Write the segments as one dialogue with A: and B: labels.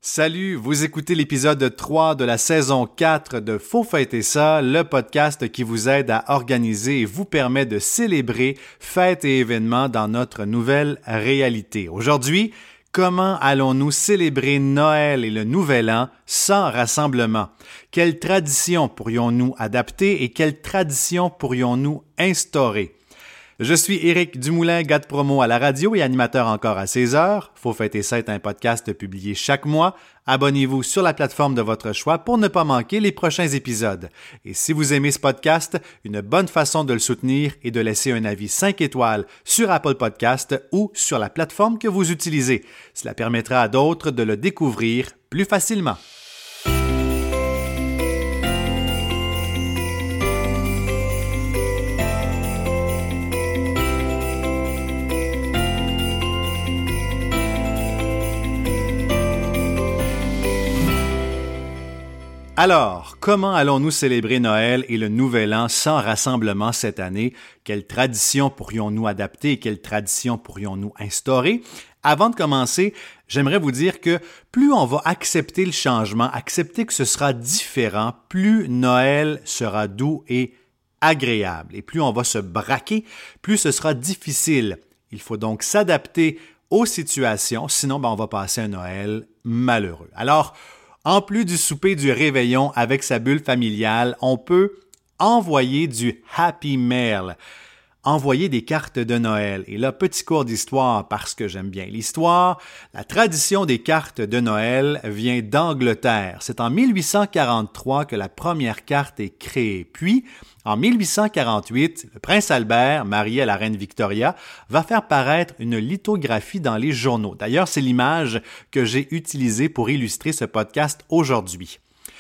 A: Salut, vous écoutez l'épisode 3 de la saison 4 de Faut fêter ça, le podcast qui vous aide à organiser et vous permet de célébrer fêtes et événements dans notre nouvelle réalité. Aujourd'hui, comment allons-nous célébrer Noël et le Nouvel An sans rassemblement? Quelles traditions pourrions-nous adapter et quelles traditions pourrions-nous instaurer? Je suis Éric Dumoulin, gars de promo à la radio et animateur encore à 16h. Faut fêter ça est un podcast publié chaque mois. Abonnez-vous sur la plateforme de votre choix pour ne pas manquer les prochains épisodes. Et si vous aimez ce podcast, une bonne façon de le soutenir est de laisser un avis 5 étoiles sur Apple Podcast ou sur la plateforme que vous utilisez. Cela permettra à d'autres de le découvrir plus facilement. Alors, comment allons-nous célébrer Noël et le Nouvel An sans rassemblement cette année? Quelles traditions pourrions-nous adapter et quelles traditions pourrions-nous instaurer? Avant de commencer, j'aimerais vous dire que plus on va accepter le changement, accepter que ce sera différent, plus Noël sera doux et agréable. Et plus on va se braquer, plus ce sera difficile. Il faut donc s'adapter aux situations, sinon on va passer un Noël malheureux. Alors, en plus du souper du réveillon avec sa bulle familiale, on peut envoyer du Happy Mail, envoyer des cartes de Noël. Et là, petit cours d'histoire parce que j'aime bien l'histoire. La tradition des cartes de Noël vient d'Angleterre. C'est en 1843 que la première carte est créée. Puis, en 1848, le prince Albert, marié à la reine Victoria, va faire paraître une lithographie dans les journaux. D'ailleurs, c'est l'image que j'ai utilisée pour illustrer ce podcast aujourd'hui.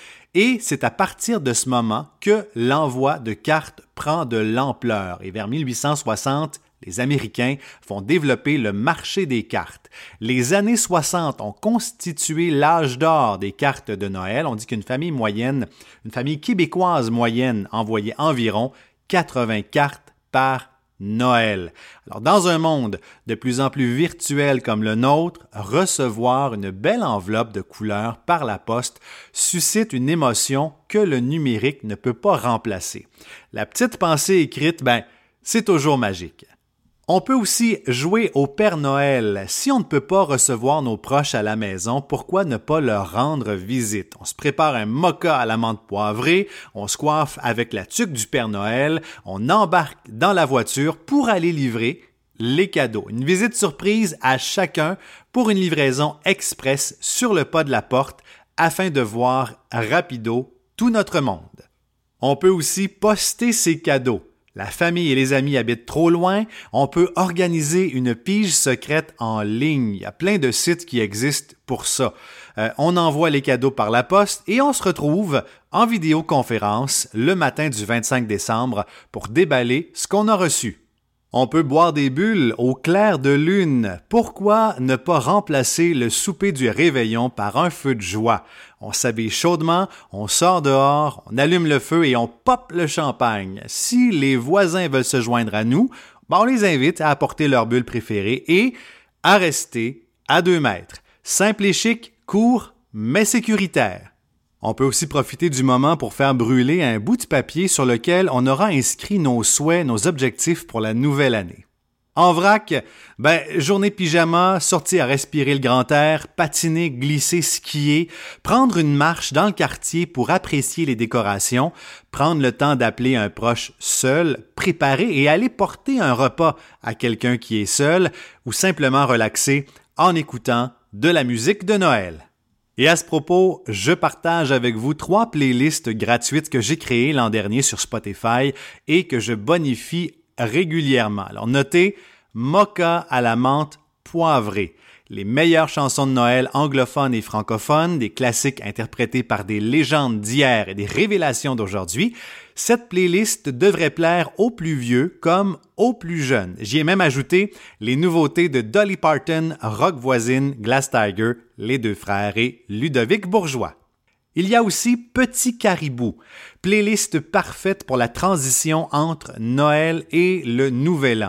A: Et c'est à partir de ce moment que l'envoi de cartes prend de l'ampleur. Et vers 1860, les Américains vont développer le marché des cartes. Les années 60 ont constitué l'âge d'or des cartes de Noël. On dit qu'une famille moyenne, une famille québécoise moyenne envoyait environ 80 cartes par Noël. Alors, dans un monde de plus en plus virtuel comme le nôtre, recevoir une belle enveloppe de couleurs par la poste suscite une émotion que le numérique ne peut pas remplacer. La petite pensée écrite, c'est toujours magique. On peut aussi jouer au Père Noël. Si on ne peut pas recevoir nos proches à la maison, pourquoi ne pas leur rendre visite? On se prépare un moka à la menthe poivrée, on se coiffe avec la tuque du Père Noël, on embarque dans la voiture pour aller livrer les cadeaux. Une visite surprise à chacun pour une livraison express sur le pas de la porte afin de voir rapido tout notre monde. On peut aussi poster ses cadeaux. La famille et les amis habitent trop loin, on peut organiser une pige secrète en ligne. Il y a plein de sites qui existent pour ça. On envoie les cadeaux par la poste et on se retrouve en vidéoconférence le matin du 25 décembre pour déballer ce qu'on a reçu. On peut boire des bulles au clair de lune. Pourquoi ne pas remplacer le souper du réveillon par un feu de joie? On s'habille chaudement, on sort dehors, on allume le feu et on pop le champagne. Si les voisins veulent se joindre à nous, on les invite à apporter leur bulle préférée et à rester à 2 mètres. Simple et chic, court, mais sécuritaire. On peut aussi profiter du moment pour faire brûler un bout de papier sur lequel on aura inscrit nos souhaits, nos objectifs pour la nouvelle année. En vrac, journée pyjama, sortir à respirer le grand air, patiner, glisser, skier, prendre une marche dans le quartier pour apprécier les décorations, prendre le temps d'appeler un proche seul, préparer et aller porter un repas à quelqu'un qui est seul ou simplement relaxer en écoutant de la musique de Noël. Et à ce propos, je partage avec vous 3 playlists gratuites que j'ai créées l'an dernier sur Spotify et que je bonifie régulièrement. Alors notez, Moka à la menthe poivrée. Les meilleures chansons de Noël anglophones et francophones, des classiques interprétés par des légendes d'hier et des révélations d'aujourd'hui. Cette playlist devrait plaire aux plus vieux comme aux plus jeunes. J'y ai même ajouté les nouveautés de Dolly Parton, Rock Voisine, Glass Tiger, Les Deux Frères et Ludovic Bourgeois. Il y a aussi Petit Caribou, playlist parfaite pour la transition entre Noël et le Nouvel An.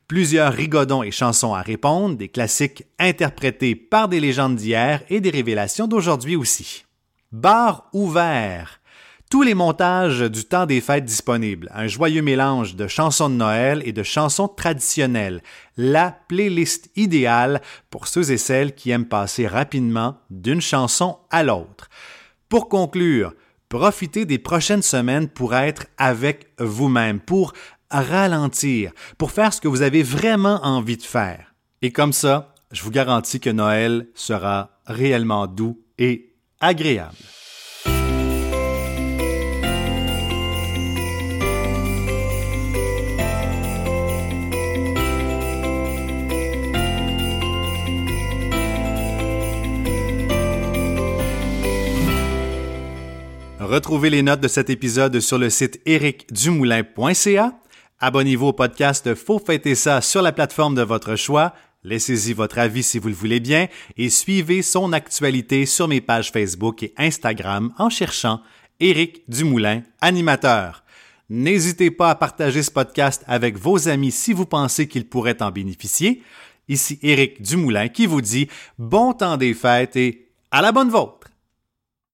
A: Plusieurs rigodons et chansons à répondre, des classiques interprétés par des légendes d'hier et des révélations d'aujourd'hui aussi. Bar ouvert. Tous les montages du temps des fêtes disponibles, un joyeux mélange de chansons de Noël et de chansons traditionnelles, la playlist idéale pour ceux et celles qui aiment passer rapidement d'une chanson à l'autre. Pour conclure, profitez des prochaines semaines pour être avec vous-même, pour ralentir, pour faire ce que vous avez vraiment envie de faire. Et comme ça, je vous garantis que Noël sera réellement doux et agréable. Retrouvez les notes de cet épisode sur le site ericdumoulin.ca. Abonnez-vous au podcast Faut fêter ça sur la plateforme de votre choix. Laissez-y votre avis si vous le voulez bien et suivez son actualité sur mes pages Facebook et Instagram en cherchant Éric Dumoulin, animateur. N'hésitez pas à partager ce podcast avec vos amis si vous pensez qu'ils pourraient en bénéficier. Ici Éric Dumoulin qui vous dit bon temps des fêtes et à la bonne vôtre!